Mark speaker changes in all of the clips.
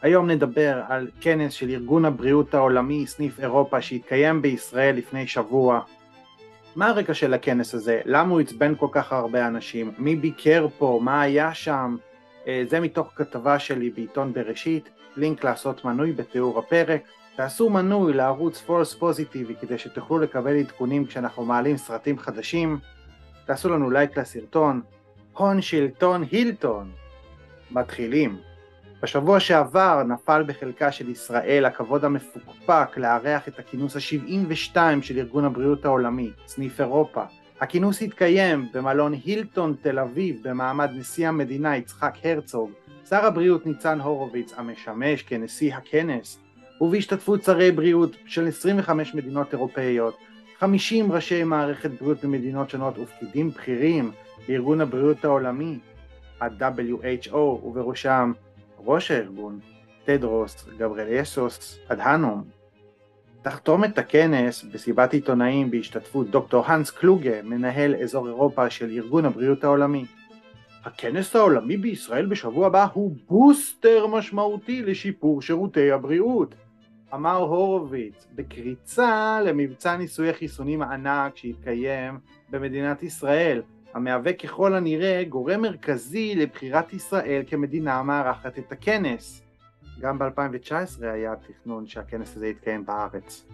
Speaker 1: היום נדבר על כנס של ארגון הבריאות העולמי סניף אירופה שהתקיים בישראל לפני שבוע. מה הרקע של הכנס הזה? למה הוא עצבן כל כך הרבה אנשים? מי ביקר פה? מה היה שם? זה מתוך כתבה שלי בעיתון בראשית, לינק לעשות מנוי בתיאור הפרק. תעשו מנוי לערוץ פולס פוזיטיבי כדי שתוכלו לקבל עדכונים כשאנחנו מעלים סרטים חדשים. תעשו לנו לייק לסרטון. הון שלטון הילטון. מתחילים. בשבוע שעבר נפל בחלקה של ישראל הכבוד המפוקפק לארח את הכינוס ה-72 של ארגון הבריאות העולמי, סניף אירופה. הכינוס התקיים במלון הילטון תל אביב במעמד נשיא המדינה יצחק הרצוג, שר הבריאות ניצן הורוביץ המשמש כנשיא הכנס, ובהשתתפות שרי בריאות של 25 מדינות אירופאיות, 50 ראשי מערכת בריאות במדינות שונות ופקידים בכירים בארגון הבריאות העולמי, ה-WHO, ובראשם ראש הארגון, טדרוס גבריאסוס אדהנום. תחתום את הכנס בסיבת עיתונאים בהשתתפות דוקטור הנס קלוגה, מנהל אזור אירופה של ארגון הבריאות העולמי. הכנס העולמי בישראל בשבוע הבא הוא בוסטר משמעותי לשיפור שירותי הבריאות, אמר הורוביץ, בקריצה למבצע ניסוי החיסונים הענק שהתקיים במדינת ישראל, המהווה ככל הנראה גורם מרכזי לבחירת ישראל כמדינה המארחת את הכנס. גם ב-2019 היה תכנון שהכנס הזה יתקיים בארץ.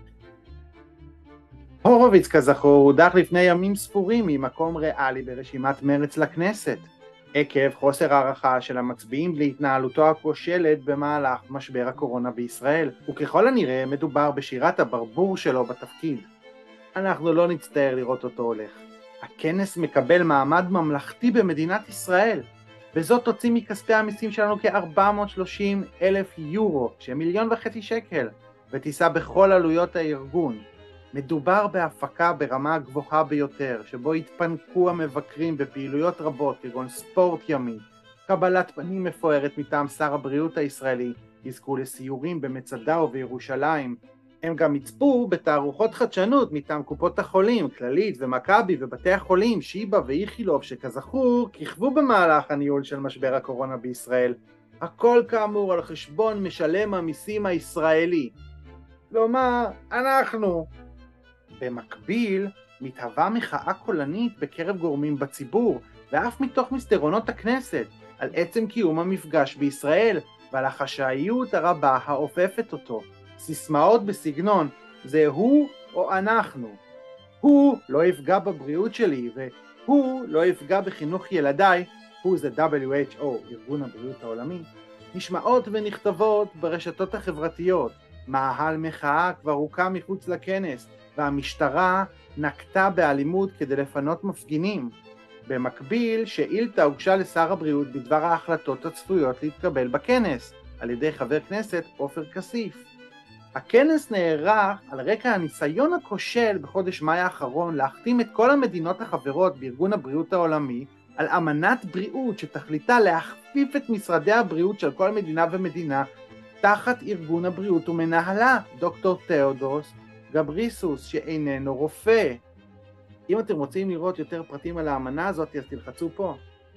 Speaker 1: הורוביץ כזכור הודח לפני ימים ספורים ממקום ריאלי ברשימת מרץ לכנסת, עקב חוסר הערכה של המצביעים להתנהלותו הכושלת במהלך משבר הקורונה בישראל, וככל הנראה מדובר בשירת הברבור שלו בתפקיד. אנחנו לא נצטער לראות אותו הולך. הכנס מקבל מעמד ממלכתי במדינת ישראל, וזאת תוציא מכספי המיסים שלנו כ-430,000 יורו, שהם 1.5 מיליון שקל, ותישא בכל עלויות הארגון. מדובר בהפקה ברמה הגבוהה ביותר, שבו התפנקו המבקרים בפעילויות רבות, כגון ספורט ימי, קבלת פנים מפוארת מטעם שר הבריאות הישראלי, יזכו לסיורים במצדה ובירושלים. הם גם יצפו בתערוכות חדשנות מטעם קופות החולים, כללית ומכבי ובתי החולים, שיבא ואיכילוב, שכזכור כיכבו במהלך הניהול של משבר הקורונה בישראל. הכל כאמור על חשבון משלם המיסים הישראלי. כלומר, אנחנו. במקביל, מתהווה מחאה קולנית בקרב גורמים בציבור, ואף מתוך מסדרונות הכנסת, על עצם קיום המפגש בישראל, ועל החשאיות הרבה האופפת אותו. סיסמאות בסגנון, זה הוא או אנחנו. הוא לא יפגע בבריאות שלי, והוא לא יפגע בחינוך ילדיי, הוא זה WHO, ארגון הבריאות העולמי, נשמעות ונכתבות ברשתות החברתיות. מאהל מחאה כבר הוקם מחוץ לכנס, והמשטרה נקטה באלימות כדי לפנות מפגינים. במקביל, שאילתה הוגשה לשר הבריאות בדבר ההחלטות הצפויות להתקבל בכנס, על ידי חבר כנסת עופר כסיף. הכנס נערך על רקע הניסיון הכושל בחודש מאי האחרון להחתים את כל המדינות החברות בארגון הבריאות העולמי על אמנת בריאות שתכליתה להכפיף את משרדי הבריאות של כל מדינה ומדינה תחת ארגון הבריאות ומנהלה, דוקטור תאודוס גבריסוס, שאיננו רופא. אם אתם רוצים לראות יותר פרטים על האמנה הזאת, אז תלחצו פה.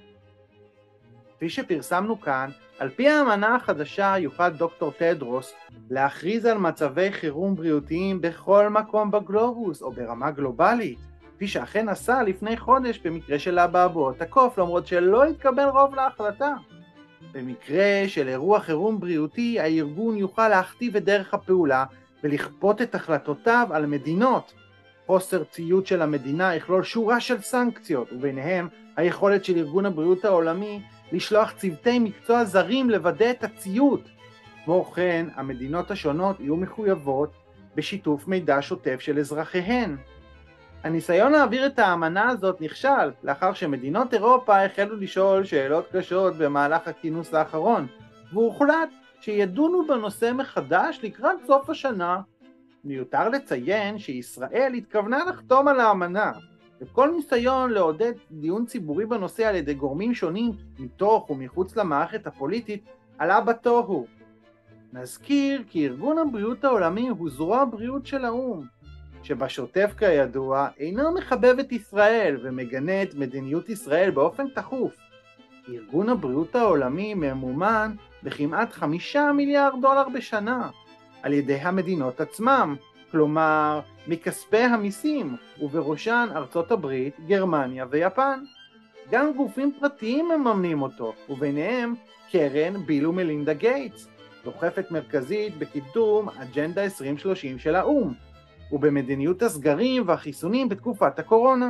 Speaker 1: כפי שפרסמנו כאן, על פי האמנה החדשה יוכל דוקטור טדרוס להכריז על מצבי חירום בריאותיים בכל מקום בגלובוס או ברמה גלובלית, כפי שאכן עשה לפני חודש במקרה של אבעבועות הקוף, למרות שלא התקבל רוב להחלטה. במקרה של אירוע חירום בריאותי, הארגון יוכל להכתיב את דרך הפעולה ולכפות את החלטותיו על מדינות. חוסר ציות של המדינה יכלול שורה של סנקציות, וביניהם היכולת של ארגון הבריאות העולמי לשלוח צוותי מקצוע זרים לוודא את הציות. כמו כן, המדינות השונות יהיו מחויבות בשיתוף מידע שוטף של אזרחיהן. הניסיון להעביר את האמנה הזאת נכשל, לאחר שמדינות אירופה החלו לשאול שאלות קשות במהלך הכינוס האחרון, והוחלט שידונו בנושא מחדש לקראת סוף השנה. מיותר לציין שישראל התכוונה לחתום על האמנה, וכל ניסיון לעודד דיון ציבורי בנושא על ידי גורמים שונים מתוך ומחוץ למערכת הפוליטית עלה בתוהו. נזכיר כי ארגון הבריאות העולמי הוא זרוע הבריאות של האו"ם, שבשוטף כידוע אינו מחבב את ישראל ומגנה את מדיניות ישראל באופן תכוף. ארגון הבריאות העולמי ממומן בכמעט 5 מיליארד דולר בשנה על ידי המדינות עצמם, כלומר מכספי המיסים, ובראשן ארצות הברית, גרמניה ויפן. גם גופים פרטיים מממנים אותו, וביניהם קרן ביל ומלינדה גייטס, דוחפת מרכזית בקידום אג'נדה 2030 של האו"ם, ובמדיניות הסגרים והחיסונים בתקופת הקורונה.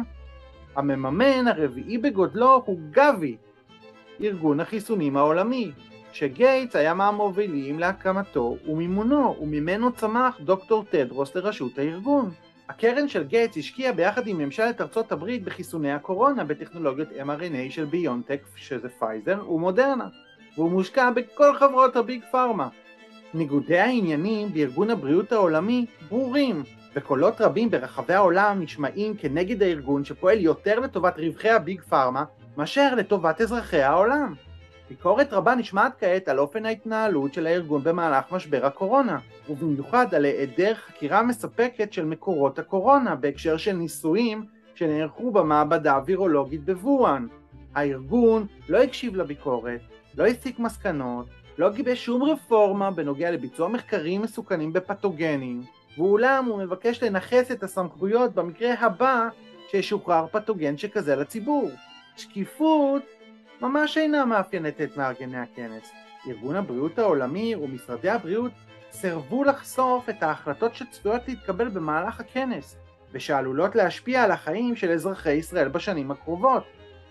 Speaker 1: המממן הרביעי בגודלו הוא גאבי, ארגון החיסונים העולמי, שגייטס היה מהמובילים להקמתו ומימונו, וממנו צמח דוקטור טדרוס לראשות הארגון. הקרן של גייטס השקיעה ביחד עם ממשלת ארצות הברית בחיסוני הקורונה בטכנולוגיות mRNA של ביונטק, שזה פייזר, ומודרנה, והוא מושקע בכל חברות הביג פארמה. ניגודי העניינים בארגון הבריאות העולמי ברורים, וקולות רבים ברחבי העולם נשמעים כנגד הארגון שפועל יותר לטובת רווחי הביג פארמה מאשר לטובת אזרחי העולם. ביקורת רבה נשמעת כעת על אופן ההתנהלות של הארגון במהלך משבר הקורונה, ובמיוחד על היעדר חקירה מספקת של מקורות הקורונה בהקשר של ניסויים שנערכו במעבדה הווירולוגית בוואן. הארגון לא הקשיב לביקורת, לא הסיק מסקנות, לא גיבש שום רפורמה בנוגע לביצוע מחקרים מסוכנים בפתוגנים, ואולם הוא מבקש לנחס את הסמכויות במקרה הבא שישוחרר פתוגן שכזה לציבור. שקיפות ממש אינה מאפיינת את מארגני הכנס. ארגון הבריאות העולמי ומשרדי הבריאות סירבו לחשוף את ההחלטות שצפויות להתקבל במהלך הכנס, ושעלולות להשפיע על החיים של אזרחי ישראל בשנים הקרובות.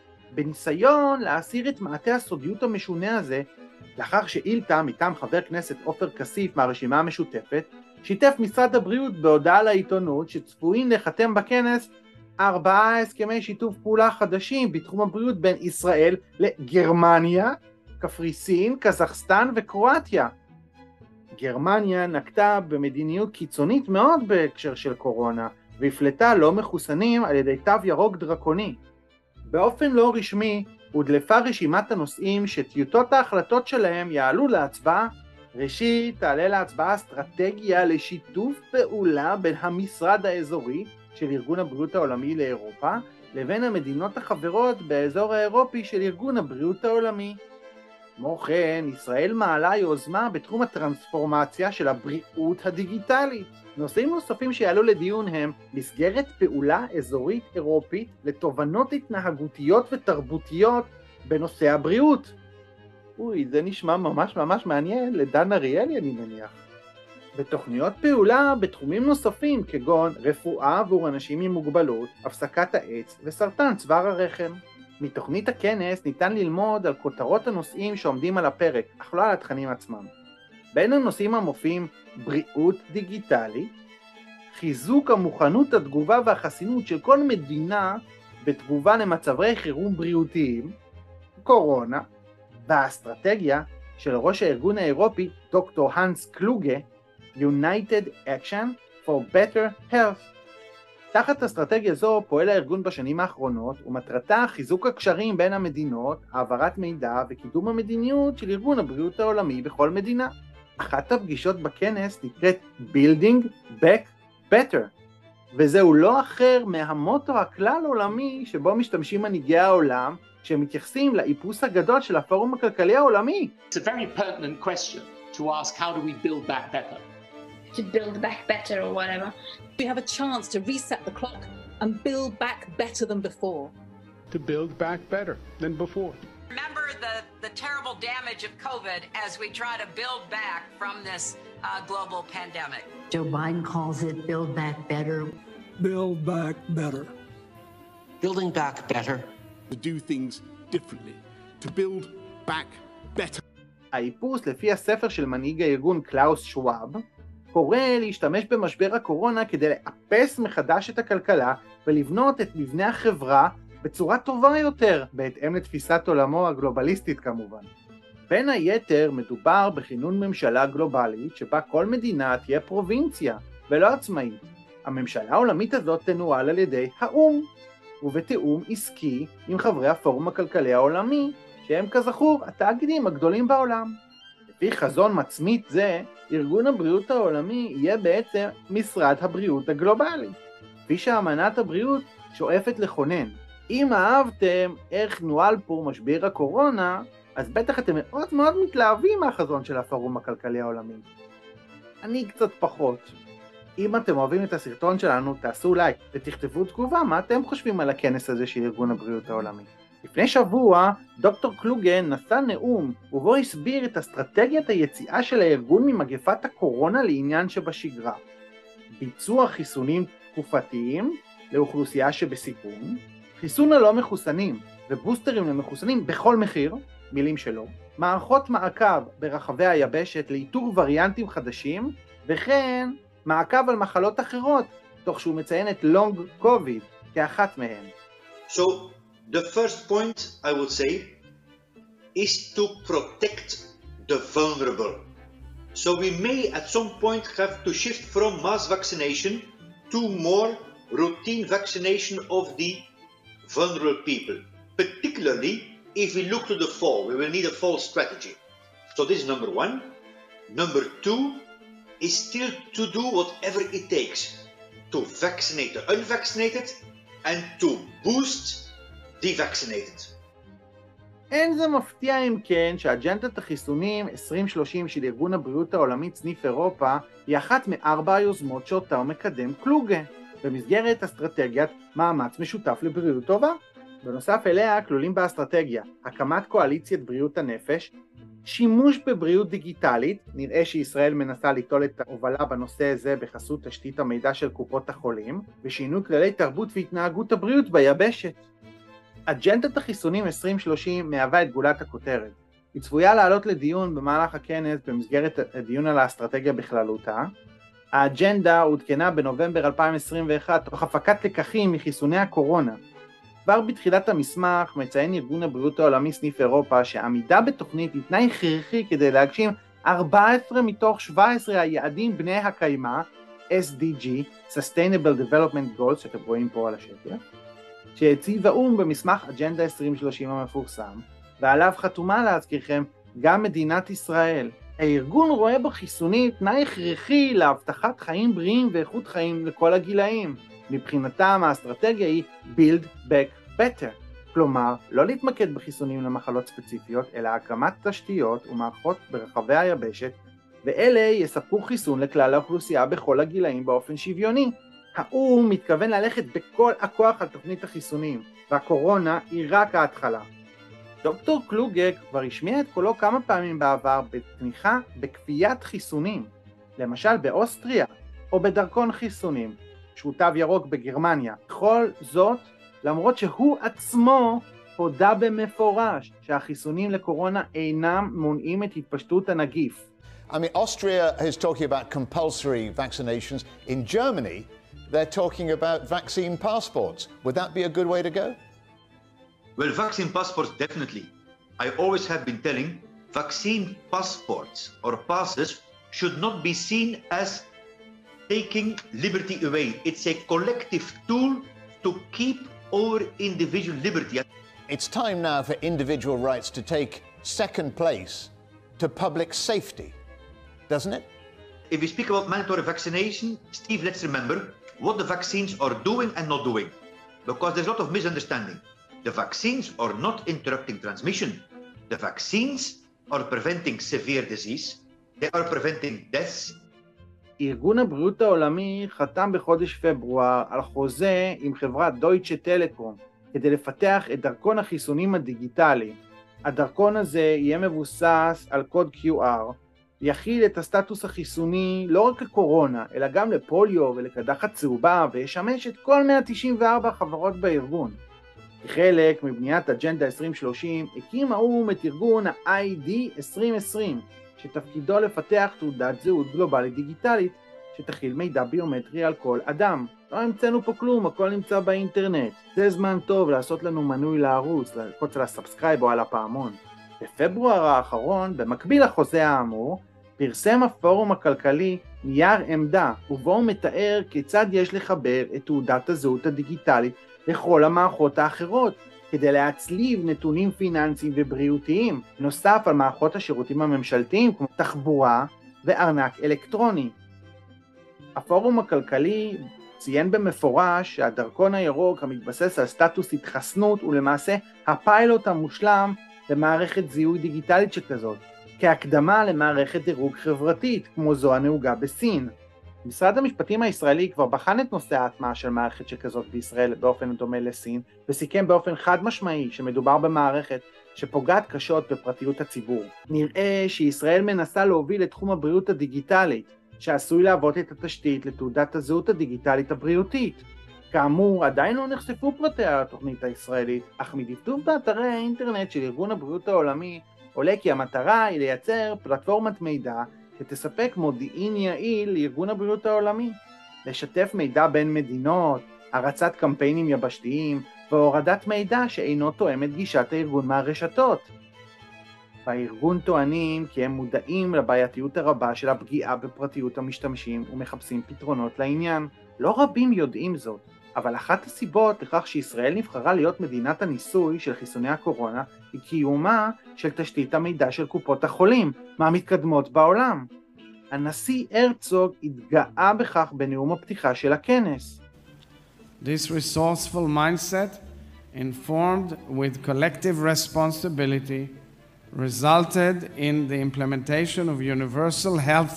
Speaker 1: בניסיון להסיר את מעטה הסודיות המשונה הזה, לאחר שאילתה מטעם חבר כנסת עופר כסיף מהרשימה המשותפת, שיתף משרד הבריאות בהודעה לעיתונות שצפויים לחתם בכנס 4 הסכמי שיתוף פעולה חדשים בתחום הבריאות בין ישראל לגרמניה, קפריסין, קזחסטן וקרואטיה. גרמניה נקטה במדיניות קיצונית מאוד בהקשר של קורונה, והפלטה לא מחוסנים על ידי תו ירוק דרקוני. באופן לא רשמי הודלפה רשימת הנושאים שטיוטות ההחלטות שלהם יעלו להצבעה. ראשית, תעלה להצבעה אסטרטגיה לשיתוף פעולה בין המשרד האזורי של ארגון הבריאות העולמי לאירופה, לבין המדינות החברות באזור האירופי של ארגון הבריאות העולמי. כמו כן, ישראל מעלה יוזמה בתחום הטרנספורמציה של הבריאות הדיגיטלית. נושאים נוספים שיעלו לדיון הם מסגרת פעולה אזורית אירופית לתובנות התנהגותיות ותרבותיות בנושא הבריאות. זה נשמע ממש מעניין לדן אריאלי אני מניח. ותוכניות פעולה בתחומים נוספים כגון רפואה עבור אנשים עם מוגבלות, הפסקת העץ וסרטן צוואר הרחם. מתוכנית הכנס ניתן ללמוד על כותרות הנושאים שעומדים על הפרק, אך לא על התכנים עצמם. בין הנושאים המופיעים בריאות דיגיטלית, חיזוק המוכנות התגובה והחסינות של כל מדינה בתגובה למצבי חירום בריאותיים, קורונה, והאסטרטגיה של ראש הארגון האירופי דוקטור הנס קלוגה, United Action for Better Health. תחת אסטרטגיה זו פועל הארגון בשנים האחרונות, ומטרתה חיזוק הקשרים בין המדינות, העברת מידע וקידום המדיניות של ארגון הבריאות העולמי בכל מדינה. אחת הפגישות בכנס נקראת Building Back Better, וזהו לא אחר מהמוטו הכלל עולמי שבו משתמשים מנהיגי העולם, שמתייחסים לאיפוס הגדול של הפורום הכלכלי העולמי.
Speaker 2: It's a very pertinent question to ask how do we build back better?
Speaker 3: To build back better or whatever.
Speaker 4: We have a chance to reset the clock and build back better than before.
Speaker 5: To build back better than before.
Speaker 6: Remember the terrible damage of COVID as we try to build back from this global pandemic.
Speaker 7: Joe Biden calls it build back better.
Speaker 8: Build back better.
Speaker 2: Building back better.
Speaker 5: To do things differently. To build back better.
Speaker 1: האיפוס לפי הספר של מנהיג הארגון קלאוס שוואב, קורא להשתמש במשבר הקורונה כדי לאפס מחדש את הכלכלה ולבנות את מבנה החברה בצורה טובה יותר, בהתאם לתפיסת עולמו הגלובליסטית כמובן. בין היתר מדובר בכינון ממשלה גלובלית שבה כל מדינה תהיה פרובינציה ולא עצמאית. הממשלה העולמית הזאת תנוהל על ידי האו"ם, ובתיאום עסקי עם חברי הפורום הכלכלי העולמי, שהם כזכור התאגידים הגדולים בעולם. לפי חזון מצמית זה, ארגון הבריאות העולמי יהיה בעצם משרד הבריאות הגלובלי, כפי שאמנת הבריאות שואפת לכונן. אם אהבתם איך נוהל פה משבר הקורונה, אז בטח אתם מאוד מאוד מתלהבים מהחזון של הפורום הכלכלי העולמי. אני קצת פחות. אם אתם אוהבים את הסרטון שלנו, תעשו לייק ותכתבו תגובה מה אתם חושבים על הכנס הזה של ארגון הבריאות העולמי. לפני שבוע, דוקטור קלוגה נשא נאום, ובו הסביר את אסטרטגיית היציאה של הארגון ממגפת הקורונה לעניין שבשגרה. ביצוע חיסונים תקופתיים לאוכלוסייה שבסיכון, חיסון הלא מחוסנים ובוסטרים למחוסנים בכל מחיר, מילים שלו, מערכות מעקב ברחבי היבשת לאיתור וריאנטים חדשים, וכן מעקב על מחלות אחרות, תוך שהוא מציין את לונג קוביד כאחת מהן.
Speaker 9: So, the first point I would say is to protect the vulnerable. So we may at some point have to shift from mass vaccination to more routine vaccination of the vulnerable people. Particularly if we look to the fall, we will need a fall strategy. So this is number one. Number two is still to do whatever it takes to vaccinate the unvaccinated and to boost the vaccinated.
Speaker 1: אין זה מפתיע אם כן שאג'נדת החיסונים 2030 של ארגון הבריאות העולמי סניף אירופה היא אחת מארבע היוזמות שאותה הוא מקדם קלוגה, במסגרת אסטרטגיית מאמץ משותף לבריאות טובה. בנוסף אליה כלולים באסטרטגיה הקמת קואליציית בריאות הנפש, שימוש בבריאות דיגיטלית, נראה שישראל מנסה ליטול את ההובלה בנושא הזה בחסות תשתית המידע של קופות החולים, ושינוי כללי תרבות והתנהגות הבריאות ביבשת. אג'נדת החיסונים 2030 מהווה את גולת הכותרת. היא צפויה לעלות לדיון במהלך הכנס במסגרת הדיון על האסטרטגיה בכללותה. האג'נדה עודכנה בנובמבר 2021 תוך הפקת לקחים מחיסוני הקורונה. כבר בתחילת המסמך מציין ארגון הבריאות העולמי סניף אירופה שעמידה בתוכנית היא תנאי הכרחי כדי להגשים 14 מתוך 17 היעדים בני הקיימא, SDG, Sustainable Development Goals, שאתם רואים פה על השקף, שהציב האו"ם במסמך אג'נדה 2030 המפורסם, ועליו חתומה להזכירכם גם מדינת ישראל. הארגון רואה בחיסונים תנאי הכרחי להבטחת חיים בריאים ואיכות חיים לכל הגילאים. מבחינתם האסטרטגיה היא Build Back Better, כלומר לא להתמקד בחיסונים למחלות ספציפיות, אלא הקמת תשתיות ומערכות ברחבי היבשת, ואלה יספקו חיסון לכלל האוכלוסייה בכל הגילאים באופן שוויוני. האו"ם מתכוון ללכת בכל הכוח על תוכנית החיסונים, והקורונה היא רק ההתחלה. דוקטור קלוגה כבר השמיע את קולו כמה פעמים בעבר בתמיכה בכפיית חיסונים, למשל באוסטריה או בדרכון חיסונים, שהוא תו ירוק בגרמניה. בכל זאת, למרות שהוא עצמו הודה במפורש שהחיסונים לקורונה אינם מונעים את התפשטות הנגיף.
Speaker 10: I mean, Austria is talking about compulsory vaccinations. In Germany, they're talking about vaccine passports. Would that be a good way to go?
Speaker 9: Well, vaccine passports, definitely. I always have been telling vaccine passports or passes should not be seen as taking liberty away. It's a collective tool to keep our individual liberty.
Speaker 10: It's time now for individual rights to take second place to public safety, doesn't it?
Speaker 9: If we speak about mandatory vaccination, Steve, let's remember what the vaccines are doing and not doing, because there's a lot of misunderstanding. The vaccines are not interrupting transmission. The vaccines are preventing severe disease. They are preventing deaths.
Speaker 1: ארגון הבריאות העולמי חתם בחודש פברואר על חוזה עם חברת דויטשה טלקום כדי לפתח את דרכון החיסונים הדיגיטלי. הדרכון הזה יהיה מבוסס על קוד QR, יכיל את הסטטוס החיסוני לא רק לקורונה, אלא גם לפוליו ולקדחת צהובה, וישמש את כל 194 חברות בארגון. כחלק מבניית אג'נדה 2030, הקים האו"ם את ארגון ה-ID 2020, שתפקידו לפתח תעודת זהות גלובלית דיגיטלית, שתכיל מידע ביומטרי על כל אדם. לא המצאנו פה כלום, הכל נמצא באינטרנט. זה זמן טוב לעשות לנו מנוי לערוץ, ללחוץ על הסאבסקרייב או על הפעמון. בפברואר האחרון, במקביל לחוזה האמור, פרסם הפורום הכלכלי נייר עמדה, ובו הוא מתאר כיצד יש לחבר את תעודת הזהות הדיגיטלית לכל המערכות האחרות, כדי להצליב נתונים פיננסיים ובריאותיים, נוסף על מערכות השירותים הממשלתיים כמו תחבורה וארנק אלקטרוני. הפורום הכלכלי ציין במפורש שהדרכון הירוק המתבסס על סטטוס התחסנות הוא למעשה הפיילוט המושלם למערכת זיהוי דיגיטלית שכזאת, כהקדמה למערכת דירוג חברתית כמו זו הנהוגה בסין. משרד המשפטים הישראלי כבר בחן את נושא ההטמעה של מערכת שכזאת בישראל באופן דומה לסין, וסיכם באופן חד משמעי שמדובר במערכת שפוגעת קשות בפרטיות הציבור. נראה שישראל מנסה להוביל את תחום הבריאות הדיגיטלית, שעשוי להוות את התשתית לתעודת הזהות הדיגיטלית הבריאותית. כאמור, עדיין לא נחשפו פרטי התוכנית הישראלית, אך מדפדוף באתרי האינטרנט של ארגון הבריאות העולמי עולה כי המטרה היא לייצר פלטפורמת מידע שתספק מודיעין יעיל לארגון הבריאות העולמי, לשתף מידע בין מדינות, הרצת קמפיינים יבשתיים והורדת מידע שאינו תואם את גישת הארגון מהרשתות. בארגון טוענים כי הם מודעים לבעייתיות הרבה של הפגיעה בפרטיות המשתמשים ומחפשים פתרונות לעניין. לא רבים יודעים זאת, אבל אחת הסיבות לכך שישראל נבחרה להיות מדינת הניסוי של חיסוני הקורונה היא קיומה של תשתית המידע של קופות החולים, מהמתקדמות בעולם. הנשיא הרצוג התגאה בכך בנאום הפתיחה של הכנס.
Speaker 11: This resourceful mindset, informed with collective responsibility, resulted in the implementation of universal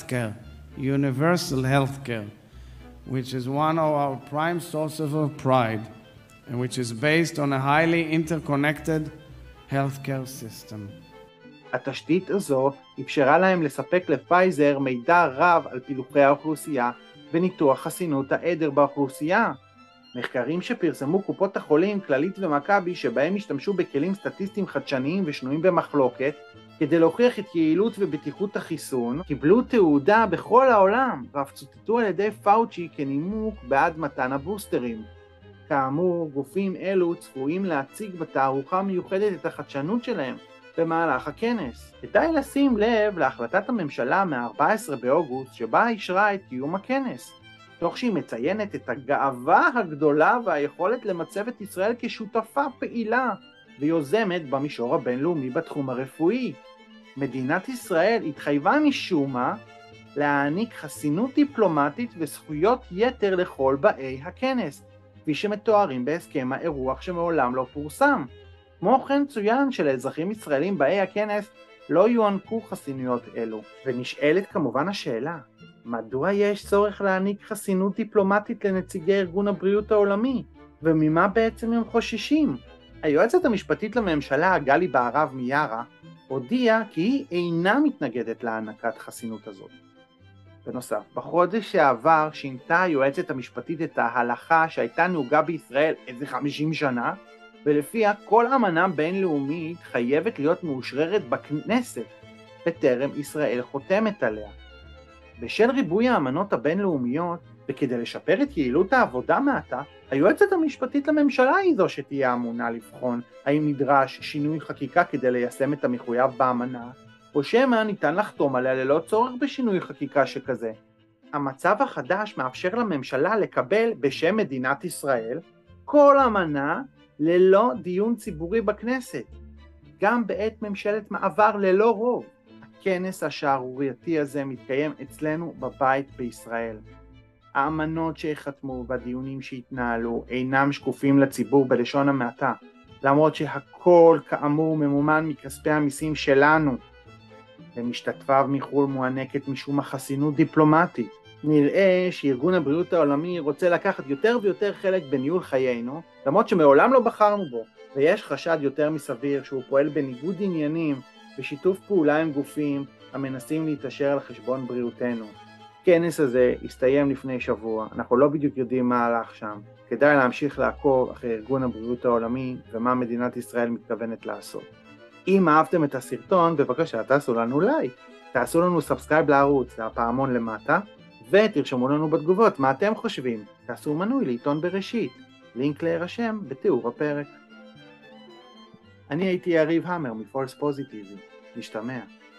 Speaker 11: healthcare, which is one of our prime sources of pride, and which is based on a highly interconnected healthcare system.
Speaker 1: התשתית הזו אפשרה להם לספק לפייזר מידע רב על פילוחי האוכלוסייה וניתוח חסינות העדר באוכלוסייה. מחקרים שפרסמו קופות החולים כללית ומכבי שבהם השתמשו בכלים סטטיסטיים חדשניים ושנויים במחלוקת כדי להוכיח את יעילות ובטיחות החיסון, קיבלו תעודה בכל העולם ואף צוטטו על ידי פאוצ'י כנימוק בעד מתן הבוסטרים. כאמור, גופים אלו צפויים להציג בתערוכה מיוחדת את החדשנות שלהם במהלך הכנס. כדאי לשים לב להחלטת הממשלה מ-14 באוגוסט שבה אישרה את קיום הכנס, תוך שהיא מציינת את הגאווה הגדולה והיכולת למצב את ישראל כשותפה פעילה ויוזמת במישור הבינלאומי בתחום הרפואי. מדינת ישראל התחייבה משום מה להעניק חסינות דיפלומטית וזכויות יתר לכל באי הכנס, כפי שמתוארים בהסכם האירוח שמעולם לא פורסם. כמו כן צוין שלאזרחים ישראלים באי הכנס לא יוענקו חסינויות אלו, ונשאלת כמובן השאלה, מדוע יש צורך להעניק חסינות דיפלומטית לנציגי ארגון הבריאות העולמי, וממה בעצם הם חוששים? היועצת המשפטית לממשלה גלי בהרב מיארה הודיעה כי היא אינה מתנגדת להענקת חסינות הזאת. בנוסף, בחודש שעבר שינתה היועצת המשפטית את ההלכה שהייתה נהוגה בישראל איזה 50 שנה, ולפיה כל אמנה בינלאומית חייבת להיות מאושררת בכנסת בטרם ישראל חותמת עליה. בשל ריבוי האמנות הבינלאומיות וכדי לשפר את יעילות העבודה מעתה, היועצת המשפטית לממשלה היא זו שתהיה אמונה לבחון האם נדרש שינוי חקיקה כדי ליישם את המחויב באמנה, או שמא ניתן לחתום עליה ללא צורך בשינוי חקיקה שכזה. המצב החדש מאפשר לממשלה לקבל בשם מדינת ישראל כל אמנה ללא דיון ציבורי בכנסת, גם בעת ממשלת מעבר ללא רוב. הכנס השערורייתי הזה מתקיים אצלנו בבית בישראל. האמנות שיחתמו והדיונים שהתנהלו אינם שקופים לציבור בלשון המעטה, למרות שהכל כאמור ממומן מכספי המיסים שלנו. למשתתפיו מחו"ל מוענקת משום החסינות דיפלומטית. נראה שארגון הבריאות העולמי רוצה לקחת יותר ויותר חלק בניהול חיינו, למרות שמעולם לא בחרנו בו, ויש חשד יותר מסביר שהוא פועל בניגוד עניינים בשיתוף פעולה עם גופים המנסים להתעשר על חשבון בריאותנו. הכנס הזה הסתיים לפני שבוע, אנחנו לא בדיוק יודעים מה הלך שם. כדאי להמשיך לעקוב אחרי ארגון הבריאות העולמי ומה מדינת ישראל מתכוונת לעשות. אם אהבתם את הסרטון, בבקשה תעשו לנו לייק, תעשו לנו סאבסקרייב לערוץ, הפעמון למטה, ותרשמו לנו בתגובות מה אתם חושבים. תעשו מנוי לעיתון בראשית, לינק להירשם בתיאור הפרק. אני הייתי יריב המר מפולס פוזיטיבי, משתמע.